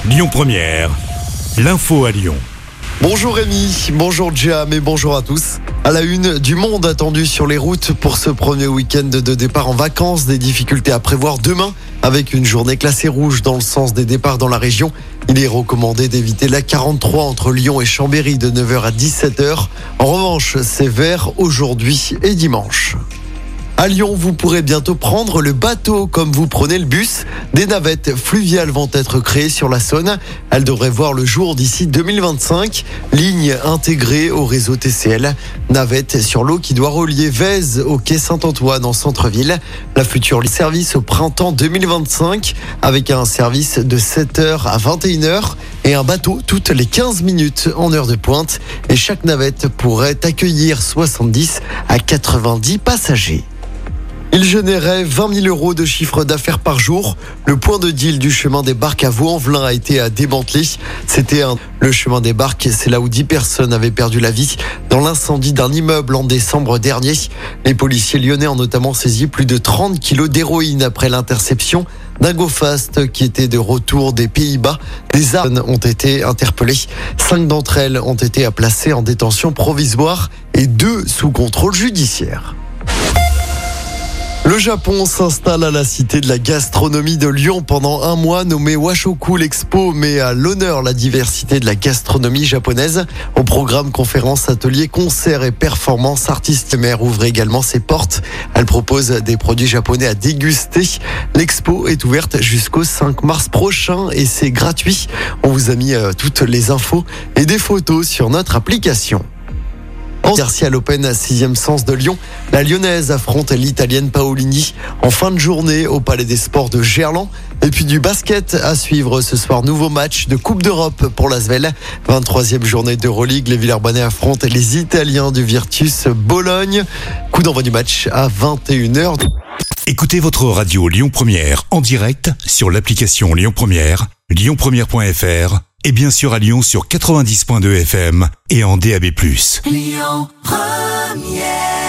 Lyon Première, l'info à Lyon. Bonjour Rémi, bonjour Jam et bonjour à tous. À la une, du monde attendu sur les routes pour ce premier week-end de départ en vacances. Des difficultés à prévoir demain avec une journée classée rouge dans le sens des départs dans la région. Il est recommandé d'éviter la 43 entre Lyon et Chambéry de 9h à 17h. En revanche, c'est vert aujourd'hui et dimanche. À Lyon, vous pourrez bientôt prendre le bateau comme vous prenez le bus. Des navettes fluviales vont être créées sur la Saône. Elles devraient voir le jour d'ici 2025. Ligne intégrée au réseau TCL. Navette sur l'eau qui doit relier Vèze au quai Saint-Antoine en centre-ville. La future service au printemps 2025 avec un service de 7h à 21h et un bateau toutes les 15 minutes en heure de pointe. Et chaque navette pourrait accueillir 70 à 90 passagers. Il générait 20 000 euros de chiffre d'affaires par jour. Le point de deal du chemin des Barques à Vaux-en-Velin a été démantelé. Le chemin des Barques, c'est là où 10 personnes avaient perdu la vie dans l'incendie d'un immeuble en décembre dernier. Les policiers lyonnais ont notamment saisi plus de 30 kilos d'héroïne après l'interception d'un go-fast qui était de retour des Pays-Bas. Des armes ont été interpellées. 5 d'entre elles ont été placées en détention provisoire et 2 sous contrôle judiciaire. Le Japon s'installe à la Cité de la gastronomie de Lyon pendant un mois, nommé Washoku. L'Expo met à l'honneur la diversité de la gastronomie japonaise. Au programme conférences, ateliers, concerts et performances artistiques. Mère ouvre également ses portes. Elle propose des produits japonais à déguster. L'Expo est ouverte jusqu'au 5 mars prochain et c'est gratuit. On vous a mis toutes les infos et des photos sur notre application. À l'Open 6e sens de Lyon, la Lyonnaise affronte l'Italienne Paolini en fin de journée au Palais des Sports de Gerland. Et puis du basket à suivre ce soir, nouveau match de Coupe d'Europe pour l'Asvel. 23e journée d'Euroleague, les Villeurbanais affrontent les Italiens du Virtus Bologne. Coup d'envoi du match à 21h. Écoutez votre radio Lyon Première en direct sur l'application Lyon Première, lyonpremière.fr et bien sûr à Lyon sur 90.2 FM et en DAB+. Lyon Première.